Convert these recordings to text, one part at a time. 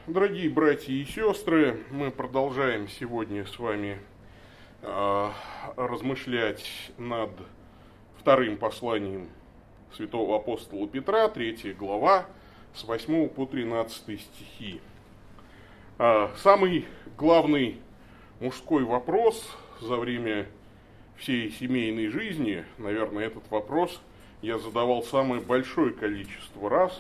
Дорогие братья и сестры, мы продолжаем сегодня с вами размышлять над вторым посланием святого апостола Петра, 3 глава, с 8 по 13 стихи. Самый главный мужской вопрос за время всей семейной жизни, наверное, этот вопрос я задавал самое большое количество раз.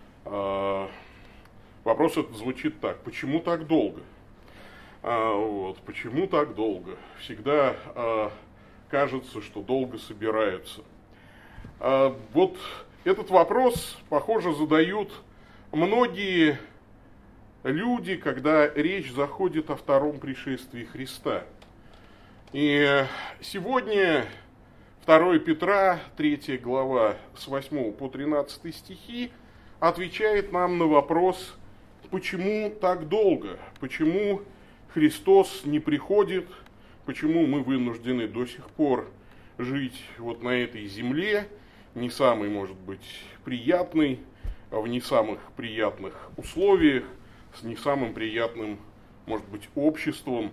Вопрос этот звучит так: почему так долго? Почему так долго? Всегда кажется, что долго собираются. Вот этот вопрос, похоже, задают многие люди, когда речь заходит о втором пришествии Христа. И сегодня 2 Петра, 3 глава, с 8 по 13 стихи, отвечает нам на вопрос, почему так долго, почему Христос не приходит, почему мы вынуждены до сих пор жить вот на этой земле, не самой, может быть, приятной, в не самых приятных условиях, с не самым приятным, может быть, обществом,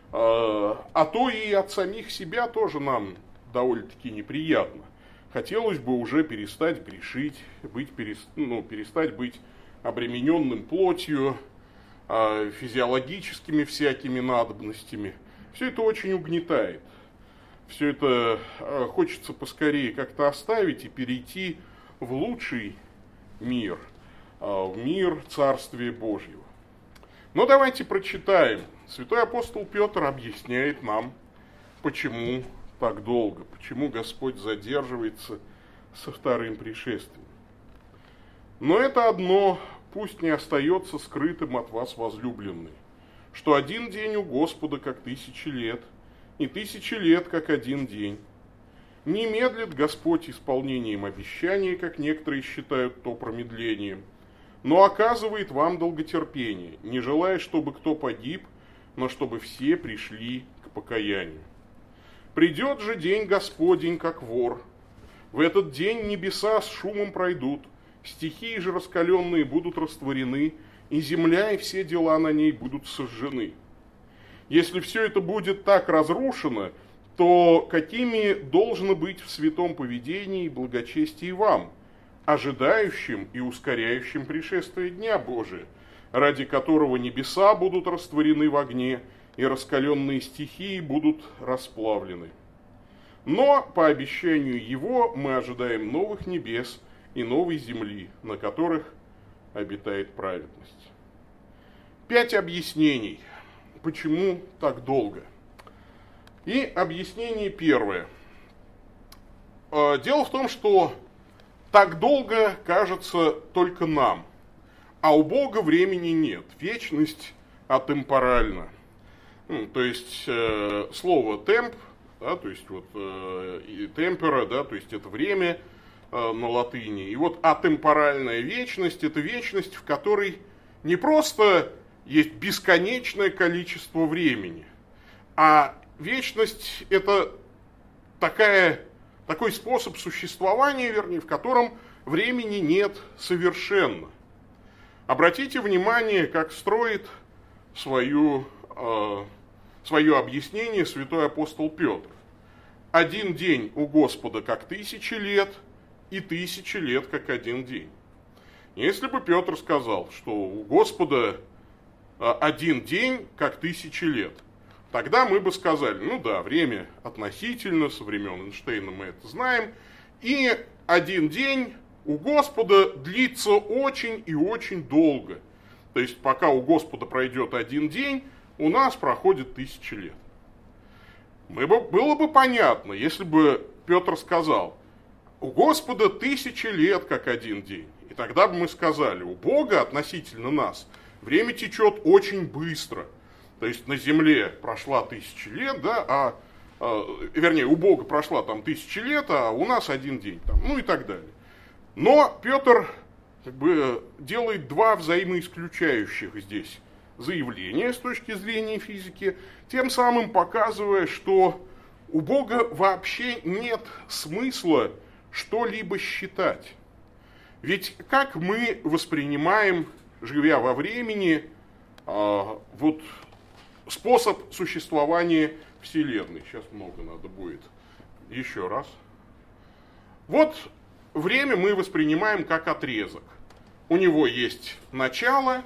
а то и от самих себя тоже нам довольно-таки неприятно. Хотелось бы уже перестать грешить, перестать быть обремененным плотью, физиологическими всякими надобностями. Все это очень угнетает. Все это хочется поскорее как-то оставить и перейти в лучший мир, в мир Царствия Божьего. Но давайте прочитаем. Святой апостол Петр объясняет нам, почему так долго, почему Господь задерживается со вторым пришествием. Но это одно пусть не остается скрытым от вас, возлюбленные, что один день у Господа, как 1000 лет, и 1000 лет, как один день. Не медлит Господь исполнением обещаний, как некоторые считают то промедлением, но оказывает вам долготерпение, не желая, чтобы кто погиб, но чтобы все пришли к покаянию. Придет же день Господень, как вор. В этот день небеса с шумом пройдут, стихии же раскаленные будут растворены, и земля и все дела на ней будут сожжены. Если все это будет так разрушено, то какими должно быть в святом поведении и благочестии вам, ожидающим и ускоряющим пришествие Дня Божия, ради которого небеса будут растворены в огне, и раскаленные стихии будут расплавлены. Но, по обещанию Его, мы ожидаем новых небес и новой земли, на которых обитает праведность. 5 объяснений, почему так долго. И объяснение первое. Дело в том, что так долго кажется только нам, а у Бога времени нет. Вечность атемпоральна. То есть слово темп, да, то есть и темпера, да, то есть это время на латыни. И вот атемпоральная вечность — это вечность, в которой не просто есть бесконечное количество времени, а вечность — это такой способ существования, вернее, в котором времени нет совершенно. Обратите внимание, как строит свое объяснение святой апостол Петр. Один день у Господа, как 1000 лет, и 1000 лет, как один день. Если бы Петр сказал, что у Господа один день, как 1000 лет, тогда мы бы сказали, ну да, время относительно, со времен Эйнштейна мы это знаем, и один день у Господа длится очень и очень долго. То есть пока у Господа пройдет один день, у нас проходит 1000 лет. Было бы понятно, если бы Петр сказал, у Господа 1000 лет, как один день. И тогда бы мы сказали, у Бога относительно нас время течет очень быстро. То есть на земле прошла 1000 лет, да, вернее, у Бога прошла там 1000 лет, а у нас один день, там, ну и так далее. Но Петр делает 2 взаимоисключающих здесь заявления с точки зрения физики, тем самым показывая, что у Бога вообще нет смысла что-либо считать. Ведь как мы воспринимаем, живя во времени, вот способ существования Вселенной. Сейчас много надо будет. Еще раз. Вот время мы воспринимаем как отрезок. У него есть начало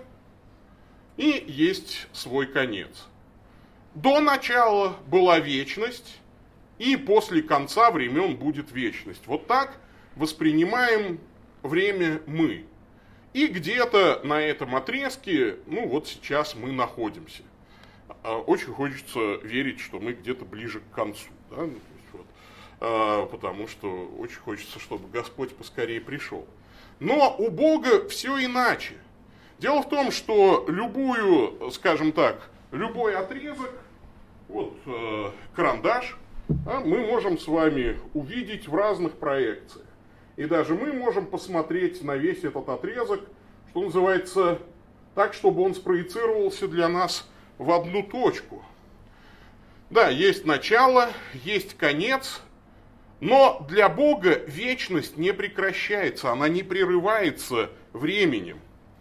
и есть свой конец. До начала была вечность, и после конца времен будет вечность. Вот так воспринимаем время мы. И где-то на этом отрезке, ну вот сейчас мы находимся. Очень хочется верить, что мы где-то ближе к концу. Да? Ну, то есть вот, потому что очень хочется, чтобы Господь поскорее пришел. Но у Бога все иначе. Дело в том, что любую, скажем так, любой отрезок, вот карандаш, мы можем с вами увидеть в разных проекциях. И даже мы можем посмотреть на весь этот отрезок, что называется, так, чтобы он спроецировался для нас в одну точку. Да, есть начало, есть конец, но для Бога вечность не прекращается, она не прерывается временем.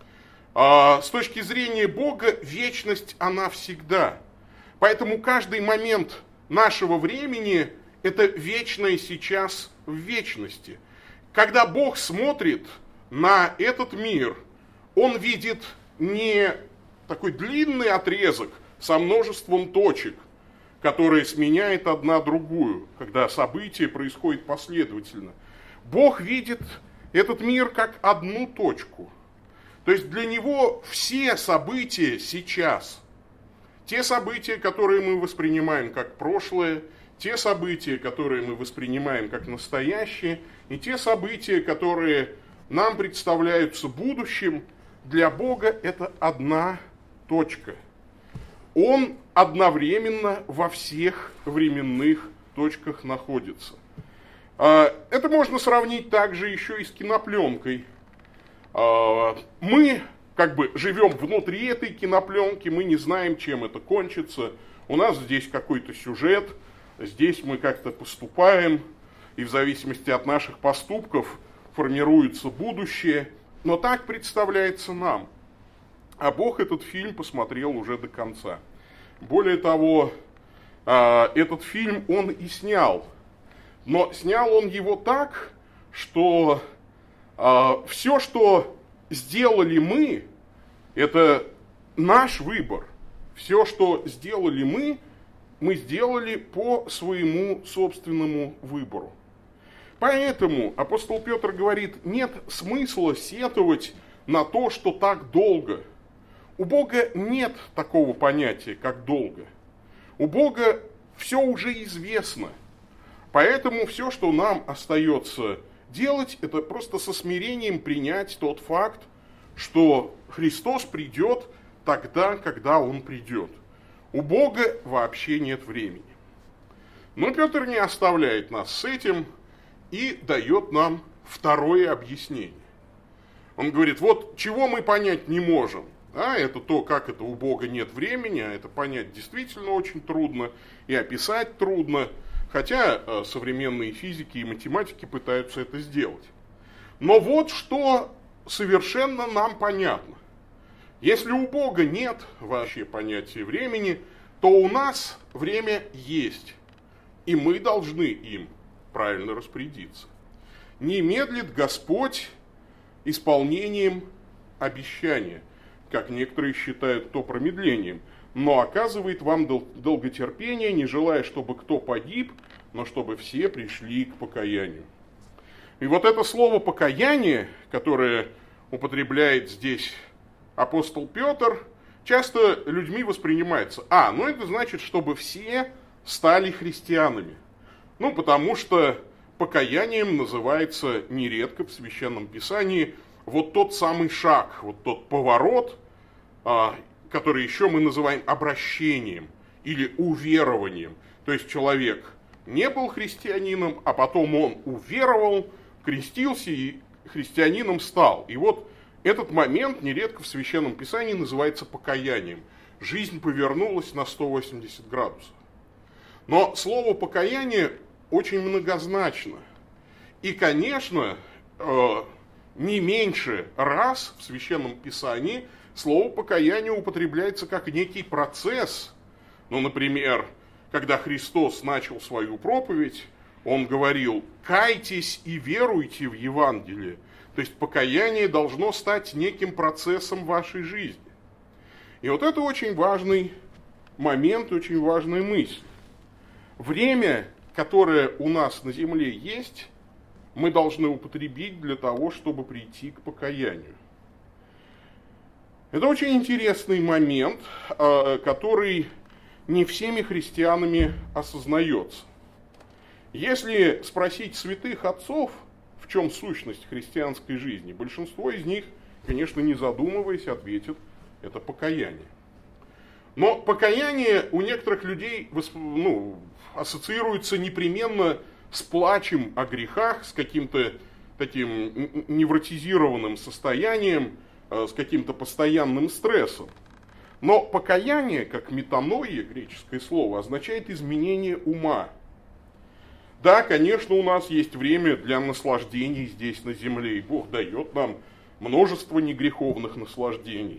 С точки зрения Бога вечность, она всегда. Поэтому каждый момент нашего времени – это вечное сейчас в вечности. Когда Бог смотрит на этот мир, Он видит не такой длинный отрезок со множеством точек, которые сменяет одна другую, когда события происходят последовательно. Бог видит этот мир как одну точку. То есть для Него все события сейчас, те события, которые мы воспринимаем как прошлое, те события, которые мы воспринимаем как настоящие, и те события, которые нам представляются будущим, для Бога это одна точка. Он одновременно во всех временных точках находится. Это можно сравнить также еще и с кинопленкой. Мы как бы живем внутри этой кинопленки, мы не знаем, чем это кончится. У нас здесь какой-то сюжет, здесь мы как-то поступаем, и в зависимости от наших поступков формируется будущее. Но так представляется нам. А Бог этот фильм посмотрел уже до конца. Более того, этот фильм Он и снял. Но снял Он его так, что все, что сделали мы, это наш выбор. Все, что сделали мы сделали по своему собственному выбору. Поэтому апостол Петр говорит, нет смысла сетовать на то, что так долго. У Бога нет такого понятия, как долго. У Бога все уже известно. Поэтому все, что нам остается делать, это просто со смирением принять тот факт, что Христос придет тогда, когда Он придет. У Бога вообще нет времени. Но Петр не оставляет нас с этим и дает нам второе объяснение. Он говорит, вот чего мы понять не можем. Это то, как это у Бога нет времени, а это понять действительно очень трудно и описать трудно, хотя современные физики и математики пытаются это сделать. Но вот что совершенно нам понятно. Если у Бога нет вообще понятия времени, то у нас время есть, и мы должны им правильно распорядиться. Не медлит Господь исполнением обещания, как некоторые считают то промедлением, но оказывает вам долготерпение, не желая, чтобы кто погиб, но чтобы все пришли к покаянию. И вот это слово «покаяние», которое употребляет здесь апостол Петр, часто людьми воспринимается. Ну это значит, чтобы все стали христианами. Потому что покаянием называется нередко в Священном Писании вот тот самый шаг, вот тот поворот, который еще мы называем обращением или уверованием. То есть человек не был христианином, а потом он уверовал, крестился и христианином стал. И вот этот момент нередко в Священном Писании называется покаянием. Жизнь повернулась на 180 градусов. Но слово «покаяние» очень многозначно. И, конечно, не меньше раз в Священном Писании Слово покаяние употребляется как некий процесс. Ну, например, когда Христос начал свою проповедь, Он говорил: «Кайтесь и веруйте в Евангелие». То есть покаяние должно стать неким процессом вашей жизни. И вот это очень важный момент, очень важная мысль. Время, которое у нас на земле есть, мы должны употребить для того, чтобы прийти к покаянию. Это очень интересный момент, который не всеми христианами осознается. Если спросить святых отцов, в чем сущность христианской жизни, большинство из них, конечно, не задумываясь, ответят: это покаяние. Но покаяние у некоторых людей ассоциируется непременно с плачем о грехах, с каким-то таким невротизированным состоянием, с каким-то постоянным стрессом. Но покаяние, как метаноия, греческое слово, означает изменение ума. Да, конечно, у нас есть время для наслаждений здесь на земле, и Бог дает нам множество негреховных наслаждений.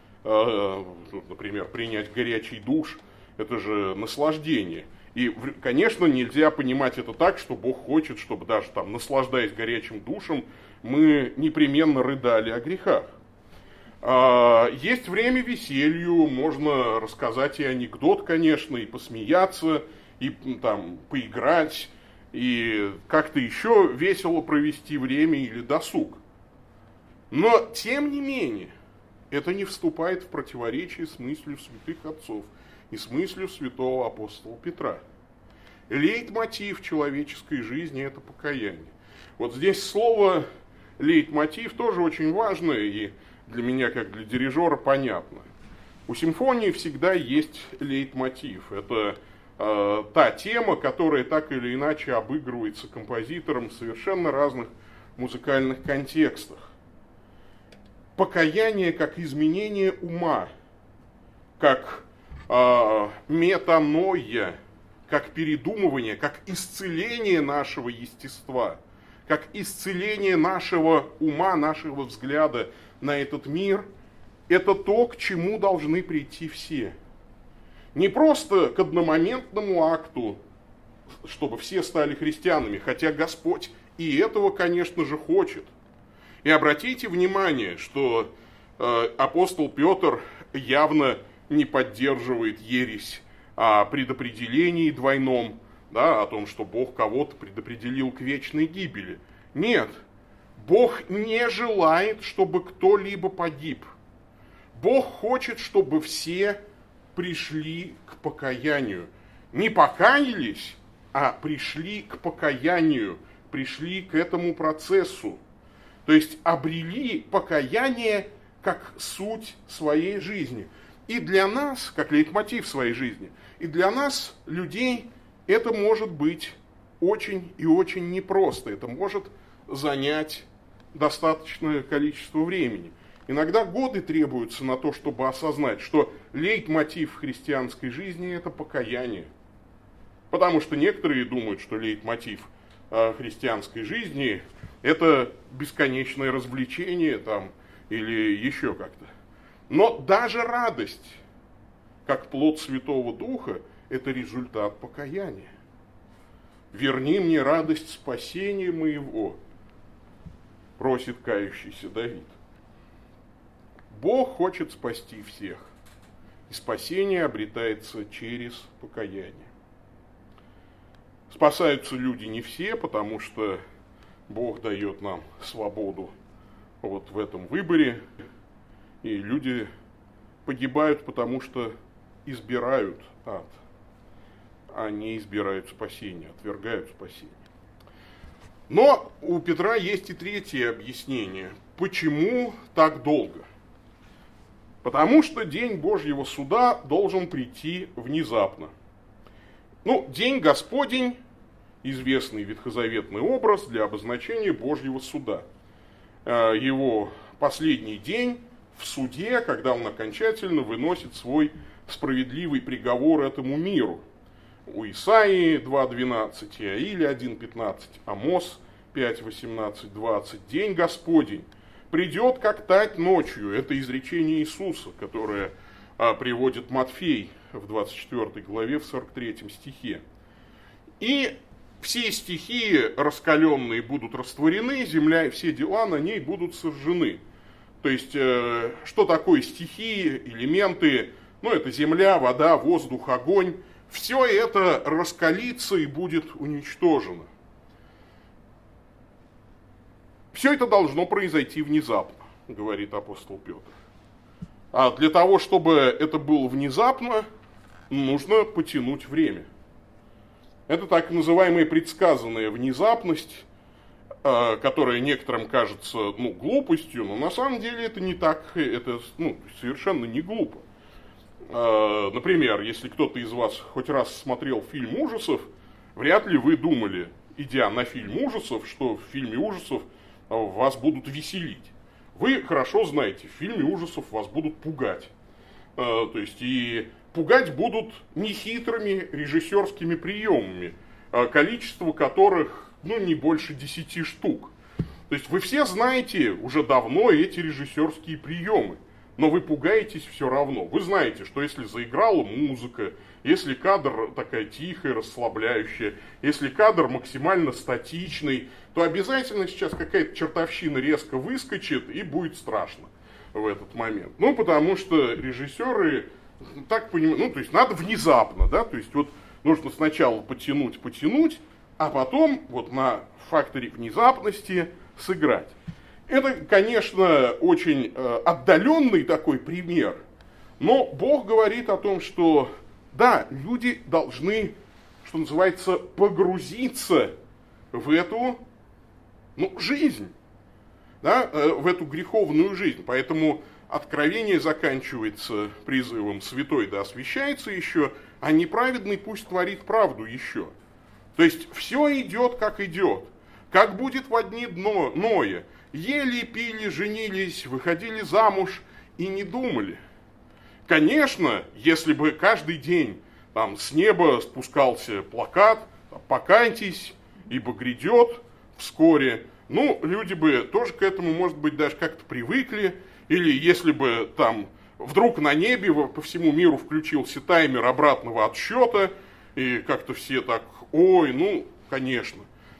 Например, принять горячий душ – это же наслаждение. И, конечно, нельзя понимать это так, что Бог хочет, чтобы даже там, наслаждаясь горячим душем, мы непременно рыдали о грехах. Есть время веселью, можно рассказать и анекдот, конечно, и посмеяться, и там поиграть, и как-то еще весело провести время или досуг. Но, тем не менее, это не вступает в противоречие с мыслью святых отцов и с мыслью святого апостола Петра. Лейтмотив человеческой жизни – это покаяние. Вот здесь слово «лейтмотив» тоже очень важное, и для меня, как для дирижера, понятно. У симфонии всегда есть лейтмотив. Это та тема, которая так или иначе обыгрывается композитором в совершенно разных музыкальных контекстах. Покаяние как изменение ума, как метаноия, как передумывание, как исцеление нашего естества, как исцеление нашего ума, нашего взгляда на этот мир, это то, к чему должны прийти все. Не просто к одномоментному акту, чтобы все стали христианами, хотя Господь и этого, конечно же, хочет. И обратите внимание, что апостол Петр явно не поддерживает ересь о предопределении двойном, да, о том, что Бог кого-то предопределил к вечной гибели. Нет, Бог не желает, чтобы кто-либо погиб. Бог хочет, чтобы все пришли к покаянию. Не покаялись, а пришли к покаянию, пришли к этому процессу. То есть обрели покаяние как суть своей жизни. И для нас, как лейтмотив своей жизни, и для нас, людей, это может быть очень и очень непросто. Это может занять достаточное количество времени. Иногда годы требуются на то, чтобы осознать, что лейтмотив христианской жизни – это покаяние. Потому что некоторые думают, что лейтмотив христианской жизни – это бесконечное развлечение там, или еще как-то. Но даже радость, как плод Святого Духа, это результат покаяния. «Верни мне радость спасения моего», просит кающийся Давид. Бог хочет спасти всех, и спасение обретается через покаяние. Спасаются люди не все, потому что Бог дает нам свободу вот в этом выборе, и люди погибают, потому что избирают ад, а не избирают спасение, отвергают спасение. Но у Петра есть и третье объяснение. Почему так долго? Потому что день Божьего суда должен прийти внезапно. День Господень, известный ветхозаветный образ для обозначения Божьего суда. Его последний день в суде, когда он окончательно выносит свой справедливый приговор этому миру. У Исаии 2.12, Иаиля 1.15, Амос 5.18-20. День Господень придет, как тать ночью. Это изречение Иисуса, которое приводит Матфей в 24 главе, в 43 стихе. И все стихии раскаленные будут растворены, земля и все дела на ней будут сожжены. То есть, что такое стихии, элементы? Ну, это земля, вода, воздух, огонь. Все это раскалится и будет уничтожено. Все это должно произойти внезапно, говорит апостол Петр. А для того, чтобы это было внезапно, нужно потянуть время. Это так называемая предсказанная внезапность, которая некоторым кажется глупостью, но на самом деле это не так, это совершенно не глупо. Например, если кто-то из вас хоть раз смотрел фильм ужасов, вряд ли вы думали, идя на фильм ужасов, что в фильме ужасов вас будут веселить. Вы хорошо знаете, в фильме ужасов вас будут пугать. То есть и пугать будут нехитрыми режиссерскими приемами, количество которых не больше 10 штук. То есть вы все знаете уже давно эти режиссерские приемы, но вы пугаетесь все равно. Вы знаете, что если заиграла музыка, если кадр такая тихая, расслабляющая, если кадр максимально статичный, то обязательно сейчас какая-то чертовщина резко выскочит и будет страшно в этот момент. Потому что режиссеры так понимают, то есть надо внезапно, да, то есть вот нужно сначала потянуть, а потом вот на факторе внезапности сыграть. Это, конечно, очень отдаленный такой пример, но Бог говорит о том, что да, люди должны, что называется, погрузиться в эту жизнь, да, в эту греховную жизнь. Поэтому Откровение заканчивается призывом «Святой да освящается еще», а неправедный пусть творит правду еще. То есть все идет, как идет. Как будет во дни Ноя. Ели, пили, женились, выходили замуж и не думали. Конечно, если бы каждый день с неба спускался плакат «Покайтесь, ибо грядет вскоре», люди бы тоже к этому, может быть, даже как-то привыкли. Или если бы вдруг на небе по всему миру включился таймер обратного отсчета, и как-то все так, конечно.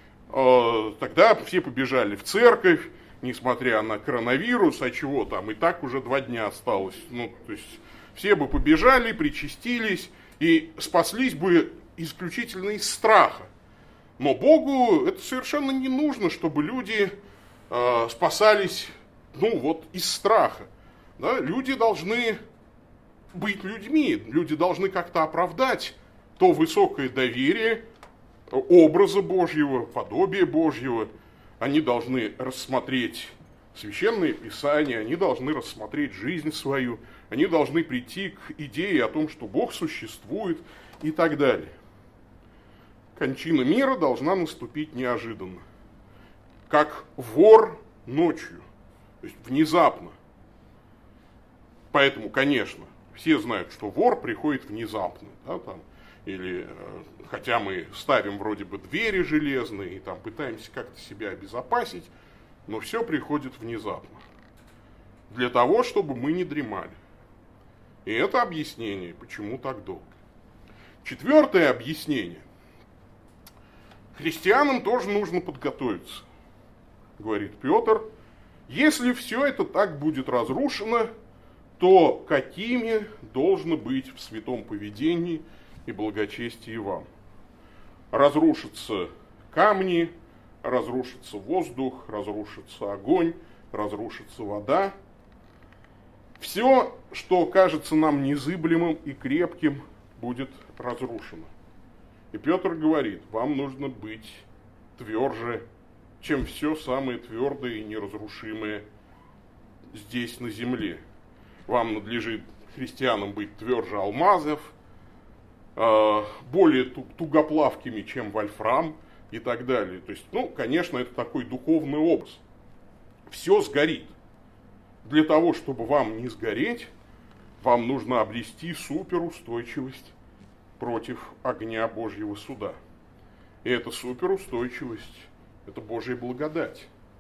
Тогда все побежали в церковь, несмотря на коронавирус, а чего там, и так уже 2 дня осталось. То есть все бы побежали, причастились и спаслись бы исключительно из страха. Но Богу это совершенно не нужно, чтобы люди спасались, из страха. Да? Люди должны быть людьми, люди должны как-то оправдать то высокое доверие, образа Божьего, подобия Божьего. Они должны рассмотреть Священное Писание, они должны рассмотреть жизнь свою, они должны прийти к идее о том, что Бог существует и так далее. Кончина мира должна наступить неожиданно, как вор ночью, то есть внезапно. Поэтому, конечно, все знают, что вор приходит внезапно, да, хотя мы ставим вроде бы двери железные и пытаемся как-то себя обезопасить, но все приходит внезапно. Для того, чтобы мы не дремали. И это объяснение, почему так долго. 4 объяснение. Христианам тоже нужно подготовиться, говорит Петр. Если все это так будет разрушено, то какими должно быть в святом поведении и благочестии вам? Разрушатся камни, разрушится воздух, разрушится огонь, разрушится вода. Все, что кажется нам незыблемым и крепким, будет разрушено. И Петр говорит, вам нужно быть тверже, чем все самое твердое и неразрушимое здесь на земле. Вам надлежит, христианам, быть тверже алмазов, более тугоплавкими, чем вольфрам и так далее. То есть, конечно, это такой духовный образ. Все сгорит. Для того, чтобы вам не сгореть, вам нужно обрести суперустойчивость против огня Божьего суда. И эта суперустойчивость – это Божья благодать.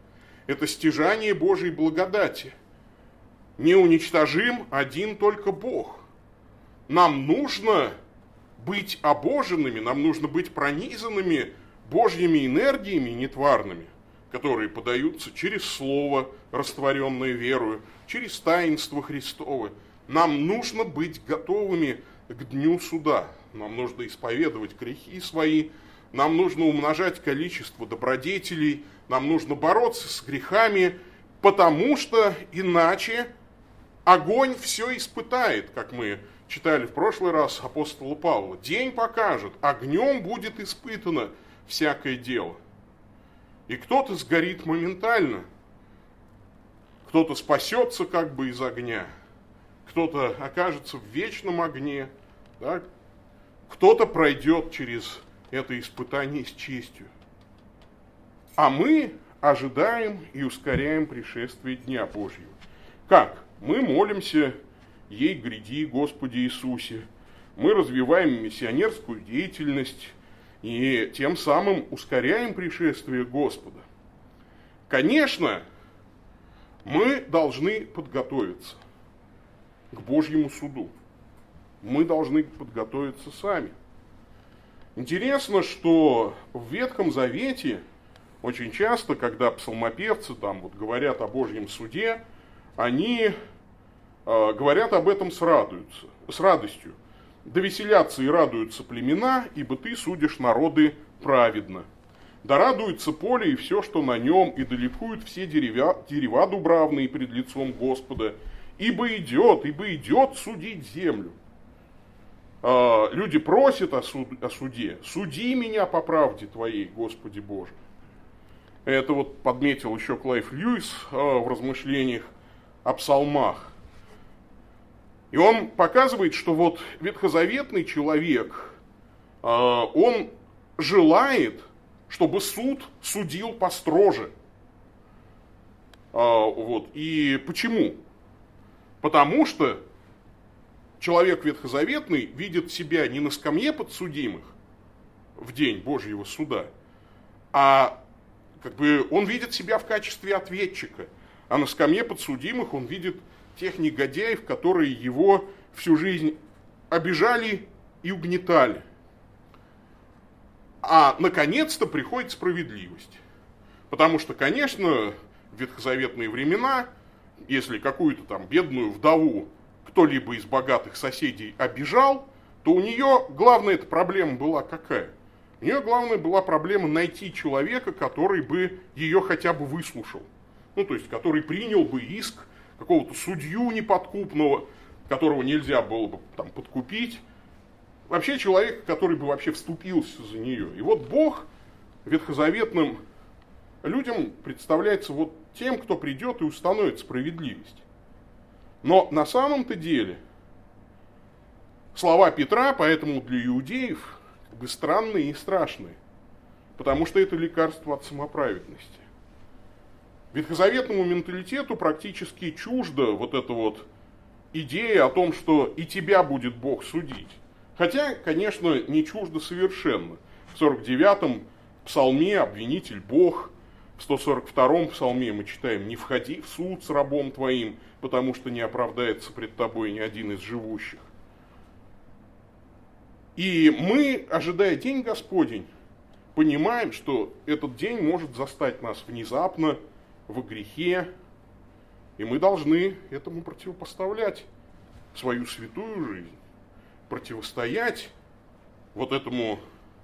Это стяжание Божьей благодати. Неуничтожим один только Бог. Нам нужно быть обоженными, нам нужно быть пронизанными Божьими энергиями нетварными, которые подаются через Слово, растворенное верою, через таинство Христово. Нам нужно быть готовыми к дню суда. Нам нужно исповедовать грехи свои, нам нужно умножать количество добродетелей, нам нужно бороться с грехами, потому что иначе огонь все испытает, как мы читали в прошлый раз апостола Павла. День покажет, огнем будет испытано всякое дело. И кто-то сгорит моментально, кто-то спасется как бы из огня, кто-то окажется в вечном огне, да? Кто-то пройдет через это испытание с честью. А мы ожидаем и ускоряем пришествие Дня Божьего. Как? Мы молимся: «Ей гряди, Господи Иисусе». Мы развиваем миссионерскую деятельность и тем самым ускоряем пришествие Господа. Конечно, мы должны подготовиться к Божьему суду. Мы должны подготовиться сами. Интересно, что в Ветхом Завете очень часто, когда псалмопевцы там вот говорят о Божьем суде, они говорят об этом с радостью. «Да веселятся и радуются племена, ибо ты судишь народы праведно. Да радуется поле и все, что на нем, и да ликуют все дерева дубравные пред лицом Господа, ибо идет судить землю». Люди просят о суде. «Суди меня по правде Твоей, Господи Боже». Это вот подметил еще Клайв Льюис в размышлениях о псалмах. И он показывает, что вот ветхозаветный человек, он желает, чтобы суд судил построже. Вот. И почему? Потому что человек ветхозаветный видит себя не на скамье подсудимых в день Божьего суда, а как бы он видит себя в качестве ответчика. А на скамье подсудимых он видит тех негодяев, которые его всю жизнь обижали и угнетали. А наконец-то приходит справедливость. Потому что, конечно, в ветхозаветные времена, если какую-то там бедную вдову кто-либо из богатых соседей обижал, то у нее главная эта проблема была какая? У нее главная была проблема найти человека, который бы ее хотя бы выслушал. Ну, то есть, который принял бы иск какого-то судью неподкупного, которого нельзя было бы там подкупить. Вообще человека, который бы вообще вступился за нее. И вот Бог ветхозаветным людям представляется вот тем, кто придет и установит справедливость. Но на самом-то деле слова Петра, поэтому для иудеев, как бы странные и страшные. Потому что это лекарство от самоправедности. Ветхозаветному менталитету практически чужда вот эта вот идея о том, что и тебя будет Бог судить. Хотя, конечно, не чуждо совершенно. В 49-м псалме обвинитель Бог, в 142-м псалме мы читаем: «Не входи в суд с рабом твоим, потому что не оправдается пред тобой ни один из живущих». И мы, ожидая день Господень, понимаем, что этот день может застать нас внезапно, в грехе, и мы должны этому противопоставлять свою святую жизнь, противостоять вот этому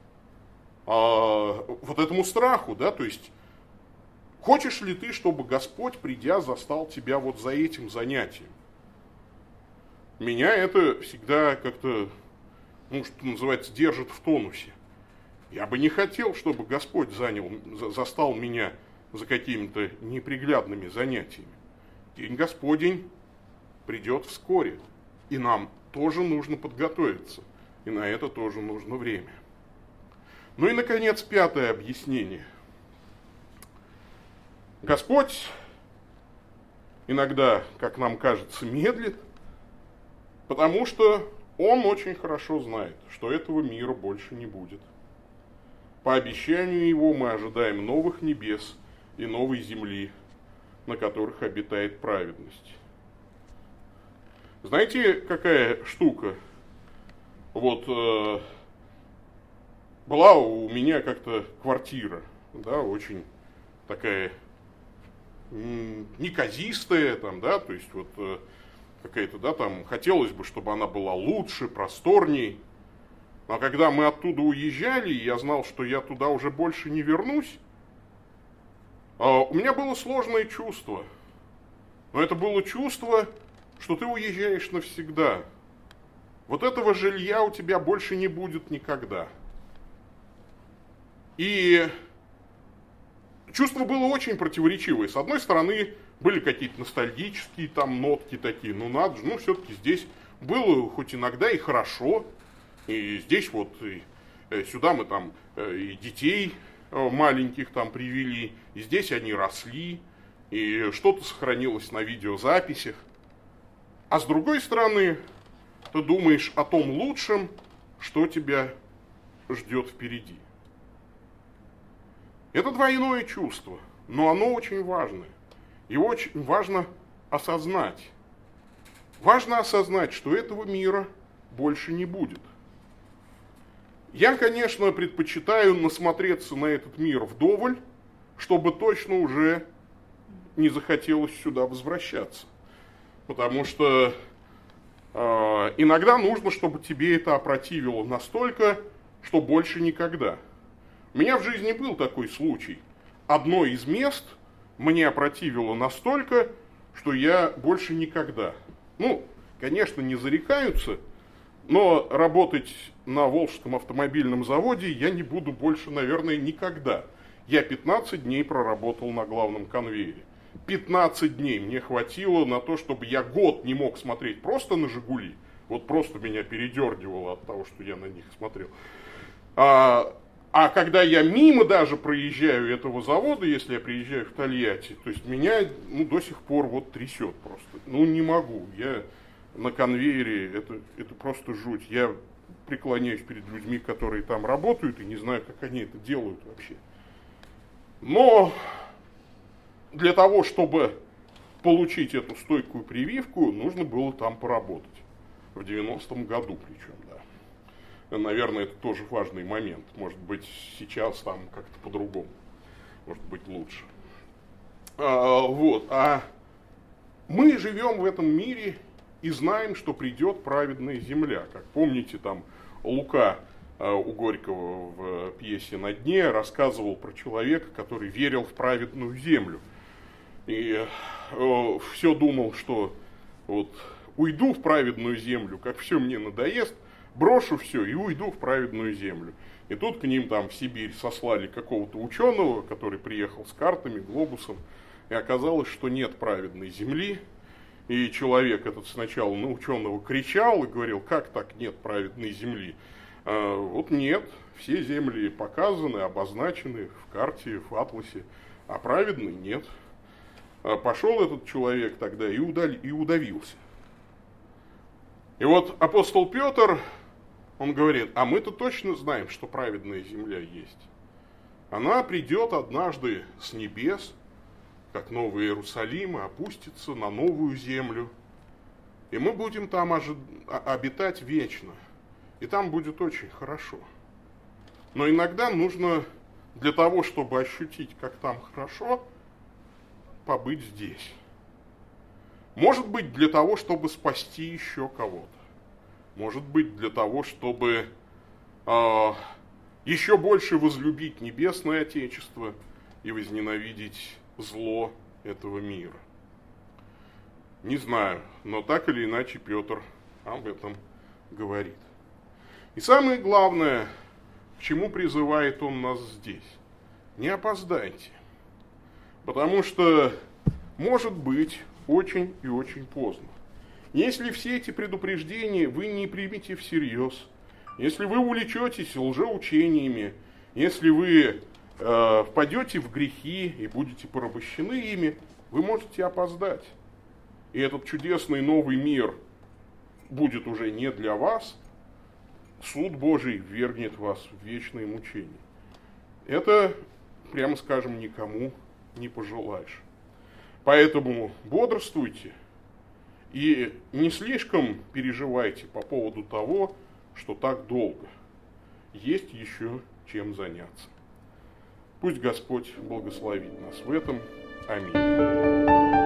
страху, да, то есть хочешь ли ты, чтобы Господь, придя, застал тебя вот за этим занятием? Меня это всегда как-то, что называется, держит в тонусе. Я бы не хотел, чтобы Господь застал меня за какими-то неприглядными занятиями. День Господень придет вскоре, и нам тоже нужно подготовиться, и на это тоже нужно время. Ну и, наконец, пятое объяснение. Господь иногда, как нам кажется, медлит, потому что Он очень хорошо знает, что этого мира больше не будет. По обещанию Его мы ожидаем новых небес и новой земли, на которых обитает праведность. Знаете, какая штука? Вот была у меня как-то квартира, да, очень такая неказистая, там, да, то есть вот какая-то, да, там, хотелось бы, чтобы она была лучше, просторней. А когда мы оттуда уезжали, и я знал, что я туда уже больше не вернусь, у меня было сложное чувство. Но это было чувство, что ты уезжаешь навсегда. Вот этого жилья у тебя больше не будет никогда. И чувство было очень противоречивое. С одной стороны, были какие-то ностальгические там нотки такие, ну надо же, ну все-таки здесь было хоть иногда и хорошо. И здесь вот, и сюда мы там и детей маленьких там привели, и здесь они росли, и что-то сохранилось на видеозаписях. А с другой стороны, ты думаешь о том лучшем, что тебя ждет впереди. Это двойное чувство, но оно очень важное. Его очень важно осознать. Важно осознать, что этого мира больше не будет. Я, конечно, предпочитаю насмотреться на этот мир вдоволь, чтобы точно уже не захотелось сюда возвращаться. Потому что иногда нужно, чтобы тебе это опротивило настолько, что больше никогда. У меня в жизни был такой случай. Одно из мест мне опротивило настолько, что я больше никогда. Ну, конечно, не зарекаются, но работать на Волжском автомобильном заводе я не буду больше, наверное, никогда. Я 15 дней проработал на главном конвейере. 15 дней мне хватило на то, чтобы я год не мог смотреть просто на «Жигули». Вот просто меня передергивало от того, что я на них смотрел. А когда я мимо даже проезжаю этого завода, если я приезжаю в Тольятти, то есть меня до сих пор вот трясет просто. Ну не могу, я на конвейере, это просто жуть. Я преклоняюсь перед людьми, которые там работают, и не знаю, как они это делают вообще. Но для того, чтобы получить эту стойкую прививку, нужно было там поработать. В 90-м году причем, да. Наверное, это тоже важный момент. Может быть, сейчас там как-то по-другому. Может быть, лучше. А мы живем в этом мире и знаем, что придет праведная земля. Как помните, там Лука у Горького в пьесе «На дне» рассказывал про человека, который верил в праведную землю. И все думал, что вот уйду в праведную землю, как все мне надоест, брошу все и уйду в праведную землю. И тут к ним там в Сибирь сослали какого-то ученого, который приехал с картами, глобусом, и оказалось, что нет праведной земли. И человек этот сначала на ученого кричал и говорил, как так нет праведной земли? Вот нет, все земли показаны, обозначены в карте, в атласе, а праведной нет. Пошел этот человек тогда и удавился. И вот апостол Петр, он говорит, а мы-то точно знаем, что праведная земля есть. Она придет однажды с небес, как Новый Иерусалим, и опустится на новую землю. И мы будем там обитать вечно. И там будет очень хорошо. Но иногда нужно для того, чтобы ощутить, как там хорошо, побыть здесь. Может быть, для того, чтобы спасти еще кого-то. Может быть, для того, чтобы еще больше возлюбить Небесное Отечество и возненавидеть зло этого мира. Не знаю, но так или иначе Петр об этом говорит. И самое главное, к чему призывает он нас здесь. Не опоздайте. Потому что может быть очень и очень поздно. Если все эти предупреждения вы не примете всерьез, если вы увлечетесь лжеучениями, если вы впадете в грехи и будете порабощены ими, вы можете опоздать. И этот чудесный новый мир будет уже не для вас, суд Божий ввергнет вас в вечное мучение. Это, прямо скажем, никому не пожелаешь. Поэтому бодрствуйте и не слишком переживайте по поводу того, что так долго. Есть еще чем заняться. Пусть Господь благословит нас в этом. Аминь.